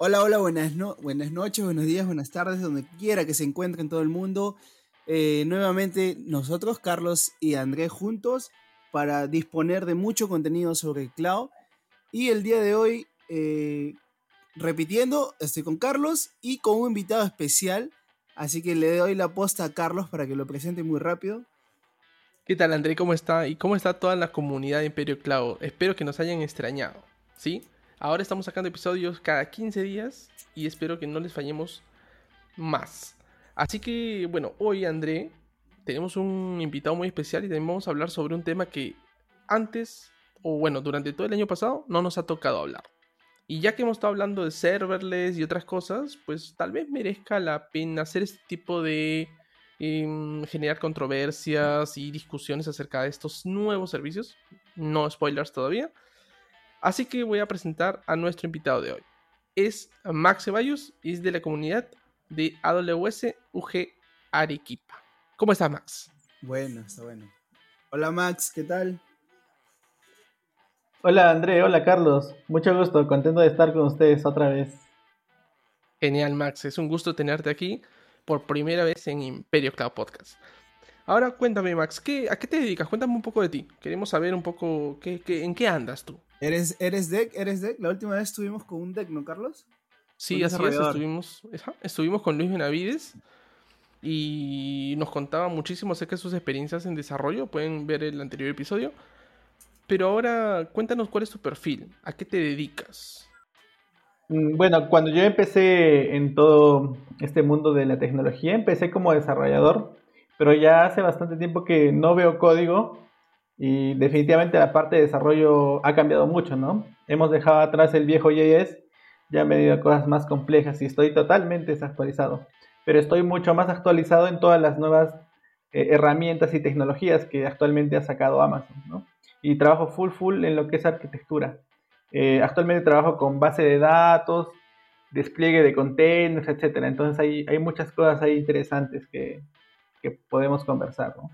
Hola, hola, buenas noches, buenos días, buenas tardes, donde quiera que se encuentre en todo el mundo. Nuevamente nosotros, Carlos y Andrés, juntos para disponer de mucho contenido sobre el cloud. Y el día de hoy, repitiendo, estoy con Carlos y con un invitado especial. Así que le doy la posta a Carlos para que lo presente muy rápido. ¿Qué tal, André? ¿Cómo está? ¿Y cómo está toda la comunidad de Imperio Cloud? Espero que nos hayan extrañado, ¿sí? Ahora estamos sacando episodios cada 15 días y espero que no les fallemos más. Así que, bueno, hoy, André, tenemos un invitado muy especial y también vamos a hablar sobre un tema que antes, o bueno, durante todo el año pasado, no nos ha tocado hablar. Y ya que hemos estado hablando de serverless y otras cosas, pues tal vez merezca la pena hacer este tipo de generar controversias y discusiones acerca de estos nuevos servicios. No spoilers todavía. Así que voy a presentar a nuestro invitado de hoy. Es Max Ceballos y es de la comunidad de AWS UG Arequipa. ¿Cómo estás, Max? Bueno, está bueno. Hola Max, ¿qué tal? Hola André, hola Carlos, mucho gusto, contento de estar con ustedes otra vez. Genial, Max. Es un gusto tenerte aquí por primera vez en Imperio Cloud Podcast. Ahora cuéntame, Max, ¿a qué te dedicas? Cuéntame un poco de ti. Queremos saber un poco en qué andas tú. ¿Eres deck? ¿Eres deck? La última vez estuvimos con un deck, ¿no, Carlos? Un Sí, así es, desarrollador. estuvimos con Luis Benavides y nos contaba muchísimo acerca de sus experiencias en desarrollo. Pueden ver el anterior episodio. Pero ahora cuéntanos cuál es tu perfil, a qué te dedicas. Bueno, cuando yo empecé en todo este mundo de la tecnología, empecé como desarrollador, pero ya hace bastante tiempo que no veo código y definitivamente la parte de desarrollo ha cambiado mucho, ¿no? Hemos dejado atrás el viejo JS, ya me he ido a cosas más complejas y estoy totalmente desactualizado, pero estoy mucho más actualizado en todas las nuevas herramientas y tecnologías que actualmente ha sacado Amazon, ¿no? Y trabajo full en lo que es arquitectura. Actualmente trabajo con base de datos, despliegue de containers, etcétera. Entonces hay muchas cosas ahí interesantes que podemos conversar, ¿no?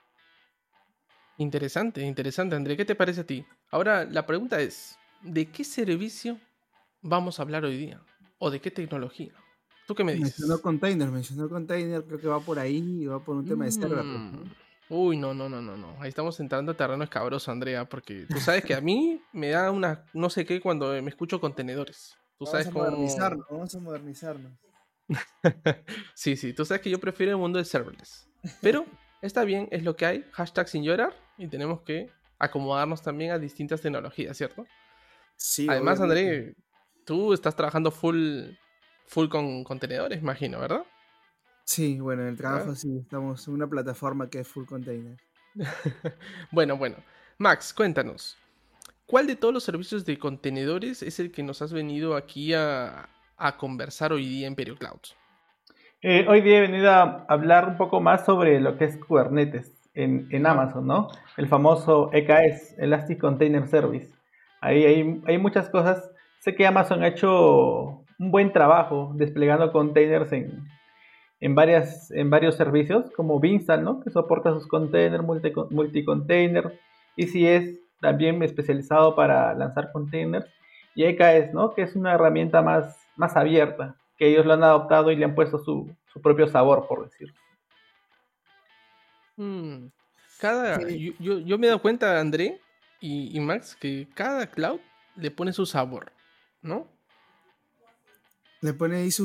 Interesante, interesante, André. ¿Qué te parece a ti? Ahora, la pregunta es, ¿de qué servicio vamos a hablar hoy día? ¿O de qué tecnología? ¿Tú qué me dices? Mencionó container, creo que va por ahí y va por un tema de serverless, Mm. ¿no? Uy, no. Ahí estamos entrando a terreno escabroso, Andrea, porque tú sabes que a mí me da una no sé qué cuando me escucho contenedores. Tú sabes cómo... Vamos a modernizarnos. Sí, tú sabes que yo prefiero el mundo de serverless. Pero está bien, es lo que hay. Hashtag sin llorar. Y tenemos que acomodarnos también a distintas tecnologías, ¿cierto? Sí, Además, obviamente. André, tú estás trabajando full con contenedores, imagino, ¿verdad? Sí, bueno, en el ¿Ah? trabajo sí, estamos en una plataforma que es full container. Bueno. Max, cuéntanos. ¿Cuál de todos los servicios de contenedores es el que nos has venido aquí a conversar hoy día en Imperio Cloud? Hoy día he venido a hablar un poco más sobre lo que es Kubernetes en Amazon, ¿no? El famoso EKS, Elastic Container Service. Ahí hay muchas cosas. Sé que Amazon ha hecho un buen trabajo desplegando containers en varios servicios, como Beanstalk, ¿no? Que soporta sus containers, multi-container. ECS, también especializado para lanzar containers. Y EKS, ¿no? Que es una herramienta más abierta, que ellos lo han adoptado y le han puesto su propio sabor, por decirlo. Mm, Sí, yo me he dado cuenta, André y Max, que cada cloud le pone su sabor, ¿no? le pone ahí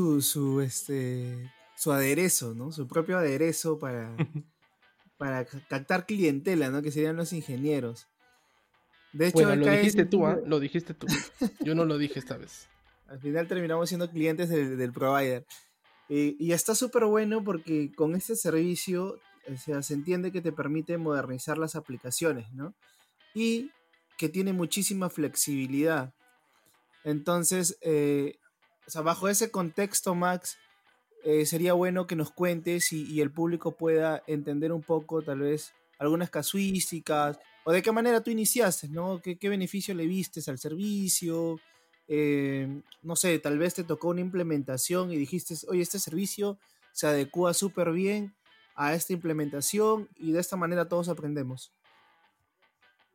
su aderezo, ¿no? Su propio aderezo para captar clientela, ¿no? Que serían los ingenieros. De hecho, Bueno, lo EKS dijiste tú, ¿ah? Lo dijiste tú. Yo no lo dije esta vez. al final terminamos siendo clientes del provider. Y está súper bueno porque con este servicio, o sea, se entiende que te permite modernizar las aplicaciones, ¿no? Y que tiene muchísima flexibilidad. Entonces, o sea, bajo ese contexto, Max, sería bueno que nos cuentes y el público pueda entender un poco, tal vez, algunas casuísticas o de qué manera tú iniciaste, ¿no? ¿Qué beneficio le vistes al servicio? No sé, tal vez te tocó una implementación y dijiste, oye, este servicio se adecua súper bien a esta implementación y de esta manera todos aprendemos.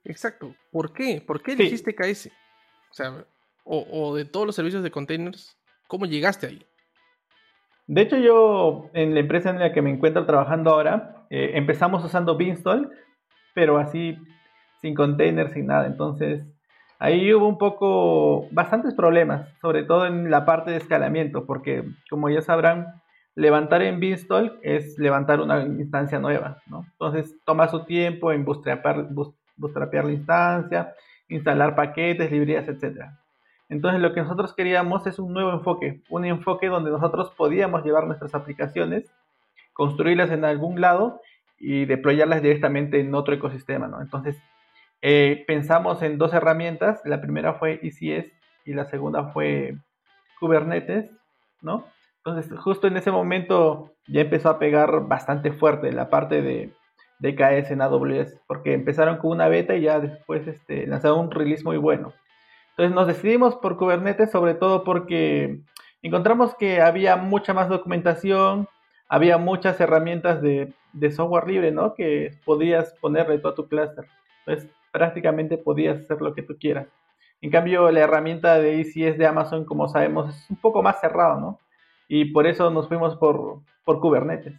Exacto. ¿Por qué? ¿Por qué Sí, elegiste KS? O sea, o de todos los servicios de containers, ¿Cómo llegaste ahí? De hecho, yo en la empresa en la que me encuentro trabajando ahora, empezamos usando Beanstalk, pero así sin containers, sin nada. Entonces, ahí hubo bastantes problemas, sobre todo en la parte de escalamiento, porque como ya sabrán, levantar en Beanstalk es levantar una instancia nueva, ¿no? Entonces, toma su tiempo en bootstrapear la instancia, instalar paquetes, librerías, etcétera. Entonces lo que nosotros queríamos es un enfoque donde nosotros podíamos llevar nuestras aplicaciones, construirlas en algún lado y deployarlas directamente en otro ecosistema, ¿no? Entonces pensamos en dos herramientas, la primera fue ECS y la segunda fue Kubernetes, ¿no? Entonces justo en ese momento ya empezó a pegar bastante fuerte la parte de EKS en AWS, porque empezaron con una beta y ya después lanzaron un release muy bueno. Entonces nos decidimos por Kubernetes, sobre todo porque encontramos que había mucha más documentación, había muchas herramientas de software libre, ¿no? Que podías ponerle todo a tu clúster. Entonces prácticamente podías hacer lo que tú quieras. En cambio, la herramienta de ECS de Amazon, como sabemos, es un poco más cerrado, ¿no? Y por eso nos fuimos por Kubernetes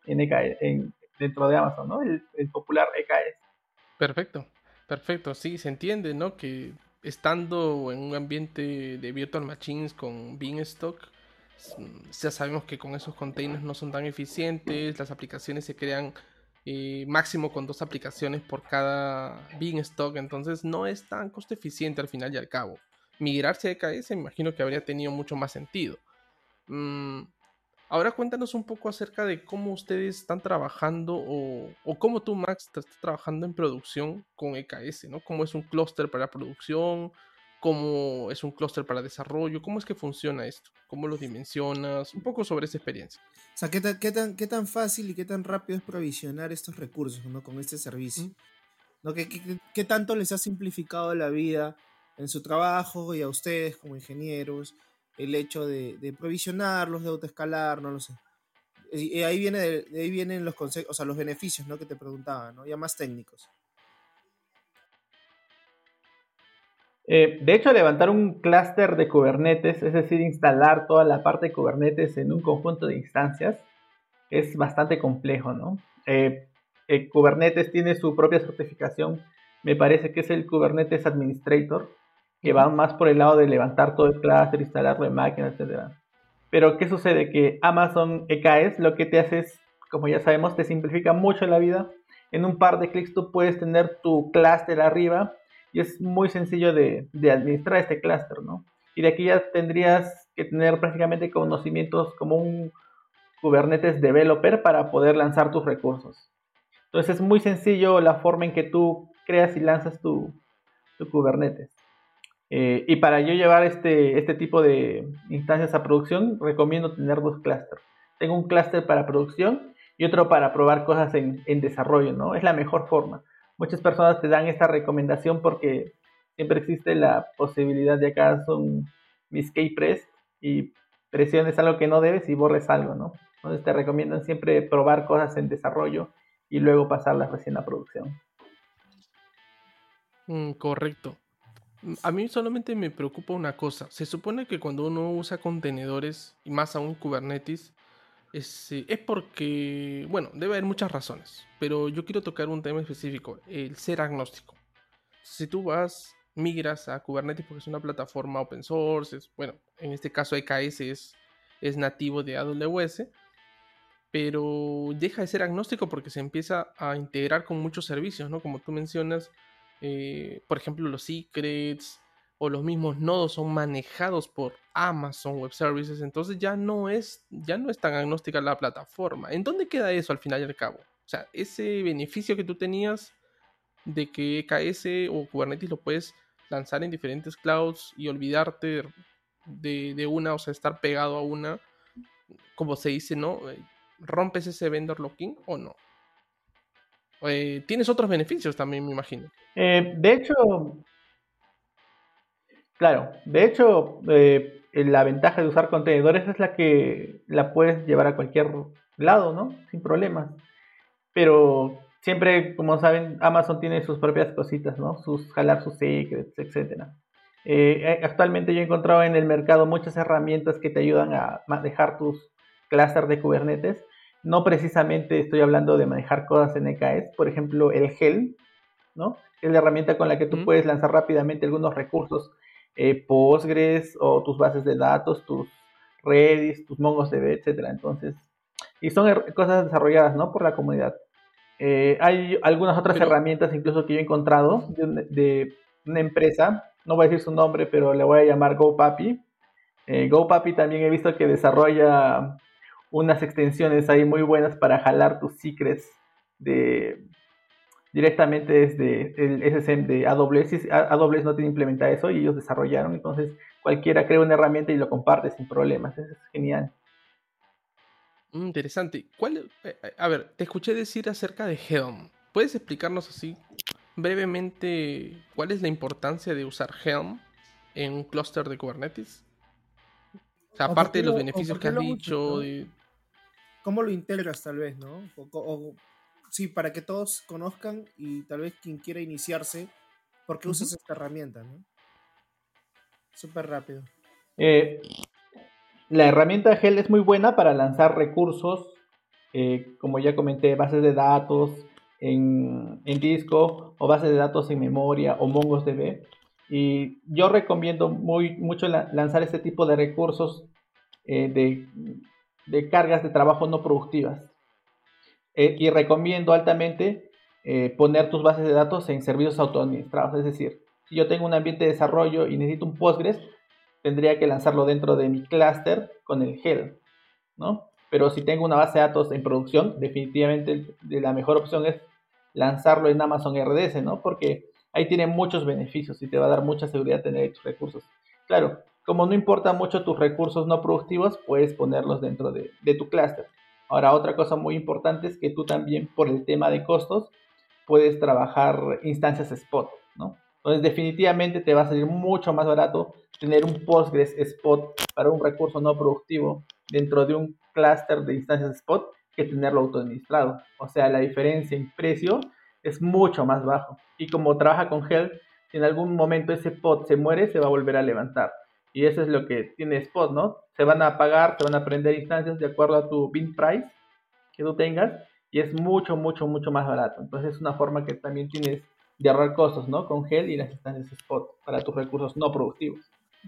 dentro de Amazon, ¿no? El popular EKS. Perfecto, perfecto. Sí, se entiende, ¿no? Que estando en un ambiente de virtual machines con Beanstalk, ya sabemos que con esos containers no son tan eficientes, las aplicaciones se crean máximo con 2 aplicaciones por cada Beanstalk, entonces no es tan costo eficiente al final y al cabo. Migrarse a EKS me imagino que habría tenido mucho más sentido. Mm, Ahora cuéntanos un poco acerca de cómo ustedes están trabajando o cómo tú, Max, estás trabajando en producción con EKS, ¿no? ¿Cómo es un clúster para producción? ¿Cómo es un clúster para desarrollo? ¿Cómo es que funciona esto? ¿Cómo lo dimensionas? Un poco sobre esa experiencia. O sea, qué tan fácil y qué tan rápido es provisionar estos recursos, ¿no? Con este servicio, Mm, ¿no? ¿Qué tanto les ha simplificado la vida en su trabajo y a ustedes como ingenieros el hecho de provisionarlos, de autoescalar, no lo sé? Y ahí de ahí vienen los consejos, o sea, los beneficios, ¿no? Que te preguntaba, ¿no? Ya más técnicos. De hecho, levantar un clúster de Kubernetes, es decir, instalar toda la parte de Kubernetes en un conjunto de instancias, es bastante complejo, ¿no? Kubernetes tiene su propia certificación, me parece que es el Kubernetes Administrator, que ujú. va más por el lado de levantar todo el clúster, instalarlo en máquinas, etcétera. Pero, ¿qué sucede? Que Amazon EKS lo que te hace es, como ya sabemos, te simplifica mucho la vida. En un par de clics tú puedes tener tu clúster arriba y es muy sencillo de administrar este clúster, ¿no? Y de aquí ya tendrías que tener prácticamente conocimientos como un Kubernetes Developer para poder lanzar tus recursos. Entonces es muy sencillo la forma en que tú creas y lanzas tu Kubernetes. Y para yo llevar este tipo de instancias a producción, recomiendo tener dos clústeres. Tengo un clúster para producción y otro para probar cosas en desarrollo, ¿no? Es la mejor forma. Muchas personas te dan esta recomendación porque siempre existe la posibilidad de acaso un mistake press y presiones algo que no debes y borres algo, ¿no? Entonces te recomiendan siempre probar cosas en desarrollo y luego pasarlas recién a producción. Correcto. A mí solamente me preocupa una cosa. Se supone que cuando uno usa contenedores, y más aún Kubernetes, es porque, bueno, debe haber muchas razones, pero yo quiero tocar un tema específico, el ser agnóstico. Si tú migras a Kubernetes porque es una plataforma open source, bueno, en este caso EKS es nativo de AWS, pero deja de ser agnóstico porque se empieza a integrar con muchos servicios, ¿no? Como tú mencionas, por ejemplo, los secrets o los mismos nodos son manejados por Amazon Web Services, entonces ya no es tan agnóstica la plataforma. ¿En dónde queda eso al final y al cabo? O sea, ese beneficio que tú tenías de que EKS o Kubernetes lo puedes lanzar en diferentes clouds y olvidarte de una, o sea, estar pegado a una, como se dice, ¿no? ¿Rompes ese vendor locking o no? Tienes otros beneficios también, me imagino. De hecho, claro, de hecho, la ventaja de usar contenedores es la que la puedes llevar a cualquier lado, ¿no? Sin problemas. Pero siempre, como saben, Amazon tiene sus propias cositas, ¿no? Jalar sus secrets, etcétera. Actualmente yo he encontrado en el mercado muchas herramientas que te ayudan a manejar tus clústeres de Kubernetes. No precisamente estoy hablando de manejar cosas en EKS, por ejemplo el Helm, ¿no? Es la herramienta con la que tú ¿Mm? puedes lanzar rápidamente algunos recursos, Postgres o tus bases de datos, tus Redis, tus MongoDB, etcétera. Entonces, y son cosas desarrolladas, ¿no? Por la comunidad. Hay algunas otras Pero, herramientas incluso que yo he encontrado ujú, de una empresa, no voy a decir su nombre, pero le voy a llamar GoPapi. GoPapi también he visto que desarrolla unas extensiones ahí muy buenas para jalar tus secrets de, directamente desde el SSM de AWS. AWS no tiene implementada eso y ellos desarrollaron, entonces cualquiera crea una herramienta y lo comparte sin problemas. Eso es genial. interesante. A ver, te escuché decir acerca de Helm. ¿Puedes explicarnos así brevemente cuál es la importancia de usar Helm en un clúster de Kubernetes? O sea, aparte de los O beneficios por que qué has lo usas, dicho, ¿no? ¿Cómo lo integras tal vez, no? Sí, para que todos conozcan y tal vez quien quiera iniciarse, ¿por qué ujú, usas esta herramienta, no? Súper rápido. Eh, la herramienta Hell es muy buena para lanzar recursos, como ya comenté, bases de datos en disco o bases de datos en memoria o MongoDB. Y yo recomiendo mucho lanzar este tipo de recursos, eh, de, de cargas de trabajo no productivas. Y recomiendo altamente poner tus bases de datos en servicios autoadministrados. Es decir, si yo tengo un ambiente de desarrollo y necesito un Postgres, tendría que lanzarlo dentro de mi clúster con el Helm, ¿no? Pero si tengo una base de datos en producción, definitivamente la mejor opción es lanzarlo en Amazon RDS, ¿no? Porque ahí tiene muchos beneficios y te va a dar mucha seguridad tener tus recursos. Claro, como no importa mucho tus recursos no productivos, puedes ponerlos dentro de tu clúster. Ahora, otra cosa muy importante es que tú también, por el tema de costos, puedes trabajar instancias spot, ¿no? Entonces, definitivamente te va a salir mucho más barato tener un Postgres spot para un recurso no productivo dentro de un clúster de instancias spot que tenerlo autoadministrado. O sea, la diferencia en precio es mucho más bajo. Y como trabaja con Helm, si en algún momento ese pod se muere, se va a volver a levantar. Y eso es lo que tiene Spot, ¿no? Se van a pagar, se van a prender instancias de acuerdo a tu bin price que tú tengas y es mucho, mucho, mucho más barato. Entonces es una forma que también tienes de ahorrar costos, ¿no? Con Gel y las instancias Spot para tus recursos no productivos.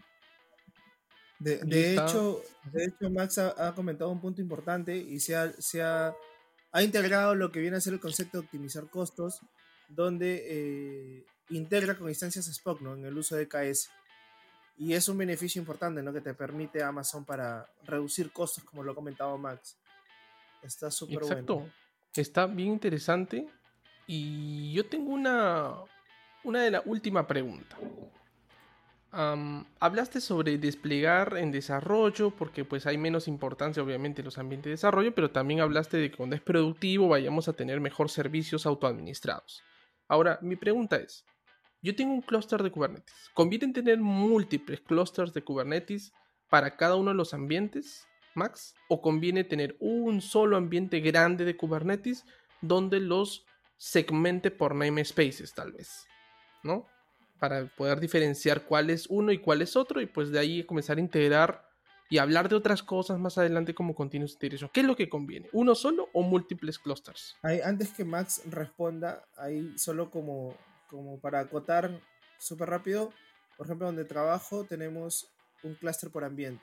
De, y de está. hecho, de hecho, Max ha comentado un punto importante y ha integrado lo que viene a ser el concepto de optimizar costos, donde integra con instancias Spock, ¿no? En el uso de KS. Y es un beneficio importante, ¿no? Que te permite Amazon para reducir costos, como lo ha comentado Max. Está súper bueno. Exacto. Está bien interesante. Y yo tengo una de la última pregunta. Hablaste sobre desplegar en desarrollo, porque pues hay menos importancia obviamente en los ambientes de desarrollo, pero también hablaste de que cuando es productivo vayamos a tener mejor servicios autoadministrados. Ahora, mi pregunta es, yo tengo un clúster de Kubernetes. ¿Conviene tener múltiples clústeres de Kubernetes para cada uno de los ambientes, Max? ¿O conviene tener un solo ambiente grande de Kubernetes donde los segmente por namespaces, tal vez? ¿No? Para poder diferenciar cuál es uno y cuál es otro y pues de ahí comenzar a integrar y hablar de otras cosas más adelante como continuous integration. ¿Qué es lo que conviene? ¿Uno solo o múltiples clusters? Antes que Max responda, ahí solo como para acotar súper rápido, por ejemplo, donde trabajo tenemos un clúster por ambiente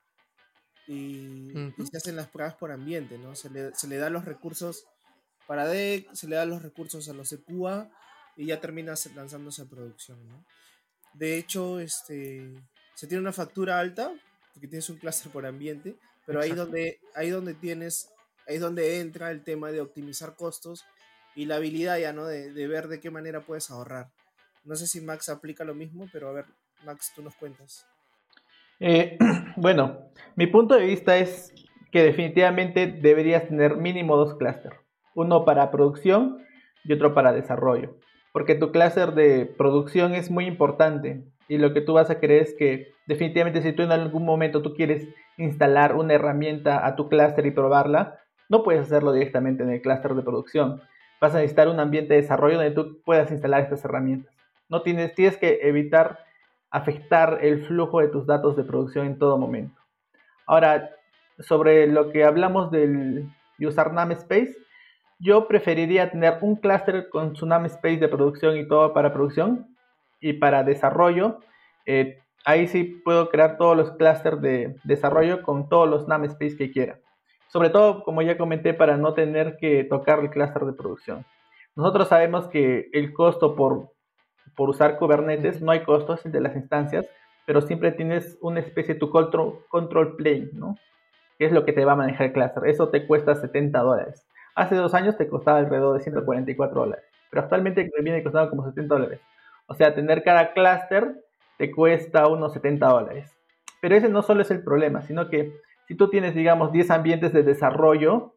y Ujú. se hacen las pruebas por ambiente, ¿no? Se le da los recursos para DEC, se le da los recursos a los de QA y ya termina lanzándose a producción, ¿no? De hecho, se tiene una factura alta porque tienes un clúster por ambiente, pero Exacto. ahí es donde entra el tema de optimizar costos y la habilidad ya, ¿no? De ver de qué manera puedes ahorrar. No sé si Max aplica lo mismo, pero a ver, Max, tú nos cuentas. Eh, bueno, mi punto de vista es que definitivamente deberías tener mínimo dos clústeres, uno para producción y otro para desarrollo, porque tu clúster de producción es muy importante y lo que tú vas a querer es que definitivamente si tú en algún momento tú quieres instalar una herramienta a tu clúster y probarla, no puedes hacerlo directamente en el clúster de producción. Vas a necesitar un ambiente de desarrollo donde tú puedas instalar estas herramientas. No tienes que evitar afectar el flujo de tus datos de producción en todo momento. Ahora, sobre lo que hablamos del usar namespace, yo preferiría tener un clúster con su namespace de producción y todo para producción, y para desarrollo, ahí sí puedo crear todos los clústeres de desarrollo con todos los namespace que quiera. Sobre todo, como ya comenté, para no tener que tocar el clúster de producción. Nosotros sabemos que el costo por usar Kubernetes, no hay costos de las instancias, pero siempre tienes una especie de tu control plane, ¿no? Que es lo que te va a manejar el clúster. Eso te cuesta $70. Hace 2 años te costaba alrededor de $144, pero actualmente me viene costando como $70. O sea, tener cada clúster te cuesta unos $70. Pero ese no solo es el problema, sino que si tú tienes, digamos, 10 ambientes de desarrollo,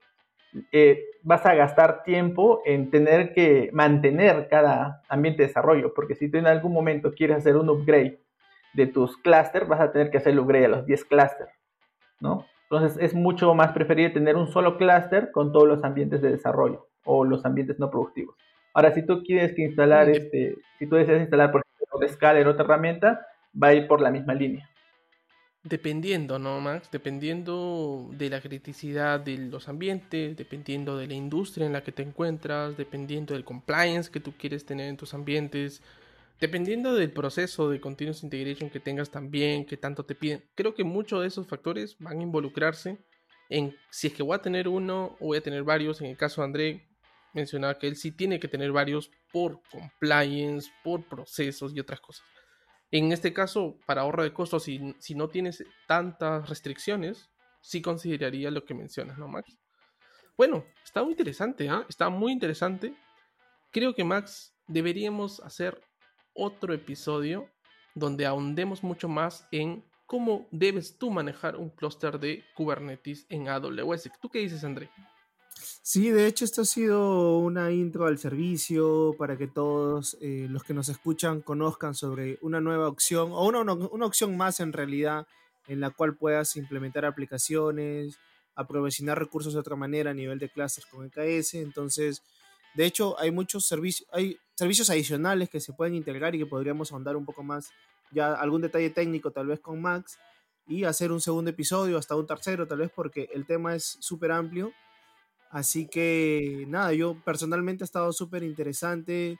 vas a gastar tiempo en tener que mantener cada ambiente de desarrollo, porque si tú en algún momento quieres hacer un upgrade de tus clústeres, vas a tener que hacer el upgrade a los 10 clústeres, ¿no? Entonces es mucho más preferible tener un solo clúster con todos los ambientes de desarrollo o los ambientes no productivos. Ahora, si tú quieres que instalar si tú deseas instalar, por ejemplo, Scalar, otra herramienta, va a ir por la misma línea. Dependiendo, ¿no, Max? Dependiendo de la criticidad de los ambientes, dependiendo de la industria en la que te encuentras, dependiendo del compliance que tú quieres tener en tus ambientes, dependiendo del proceso de continuous integration que tengas también, que tanto te piden. Creo que muchos de esos factores van a involucrarse en si es que voy a tener uno o voy a tener varios. En el caso de André, mencionaba que él sí tiene que tener varios por compliance, por procesos y otras cosas. En este caso, para ahorro de costos, si no tienes tantas restricciones, sí consideraría lo que mencionas, ¿no, Max? Bueno, está muy interesante, ¿eh? Está muy interesante. Creo que, Max, deberíamos hacer otro episodio donde ahondemos mucho más en cómo debes tú manejar un clúster de Kubernetes en AWS. ¿Tú qué dices, André? Sí, de hecho esto ha sido una intro al servicio para que todos los que nos escuchan conozcan sobre una nueva opción o una opción más en realidad en la cual puedas implementar aplicaciones, aprovisionar recursos de otra manera a nivel de clusters con EKS. Entonces, de hecho hay servicios adicionales que se pueden integrar y que podríamos ahondar un poco más, ya algún detalle técnico tal vez con Max y hacer un segundo episodio, hasta un tercero tal vez, porque el tema es súper amplio. Así que nada, yo personalmente ha estado súper interesante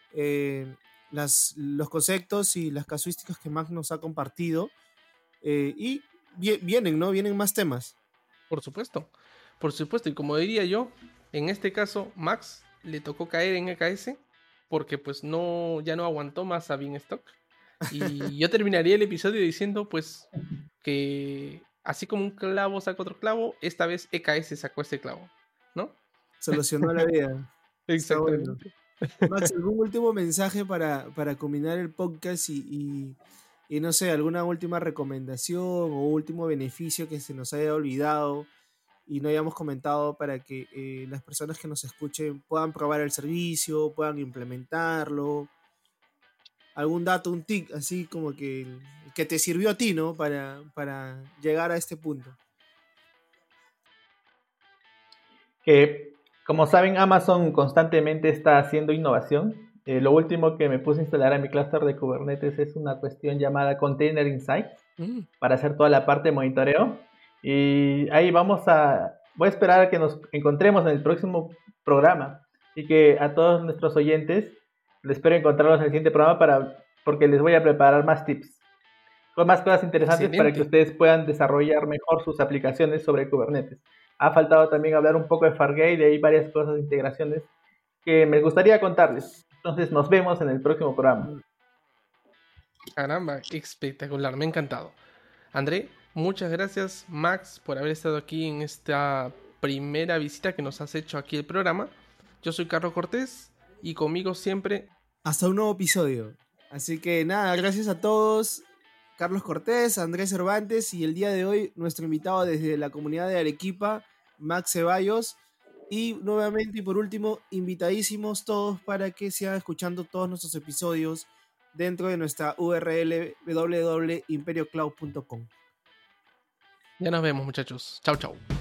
los conceptos y las casuísticas que Max nos ha compartido. Y vienen, ¿no? Vienen más temas. Por supuesto, por supuesto. Y como diría yo, en este caso, Max le tocó caer en EKS porque pues no, ya no aguantó más a Beanstalk. Y yo terminaría el episodio diciendo pues que así como un clavo saca otro clavo, esta vez EKS sacó este clavo, ¿no? Solucionó la vida. Está bueno. Exactamente. Max, ¿algún último mensaje para culminar el podcast y no sé, alguna última recomendación o último beneficio que se nos haya olvidado y no hayamos comentado para que las personas que nos escuchen puedan probar el servicio, puedan implementarlo? Algún dato, un tic, así como que te sirvió a ti, ¿no? Para llegar a este punto. Que, como saben, Amazon constantemente está haciendo innovación. Lo último que me puse a instalar en mi clúster de Kubernetes es una cuestión llamada Container Insights para hacer toda la parte de monitoreo. Y ahí voy a esperar a que nos encontremos en el próximo programa y que a todos nuestros oyentes les espero encontrarlos en el siguiente programa porque les voy a preparar más tips con más cosas interesantes. Excelente. Para que ustedes puedan desarrollar mejor sus aplicaciones sobre Kubernetes. Ha faltado también hablar un poco de Fargate, y hay varias cosas de integraciones que me gustaría contarles. Entonces nos vemos en el próximo programa. Caramba, espectacular, me ha encantado. André, muchas gracias, Max, por haber estado aquí en esta primera visita que nos has hecho aquí al programa. Yo soy Carlos Cortés y conmigo siempre... Hasta un nuevo episodio. Así que nada, gracias a todos. Carlos Cortés, Andrés Cervantes y el día de hoy nuestro invitado desde la comunidad de Arequipa, Max Ceballos. Y nuevamente y por último, invitadísimos todos para que sigan escuchando todos nuestros episodios dentro de nuestra URL www.imperiocloud.com. Ya nos vemos, muchachos. Chau, chau.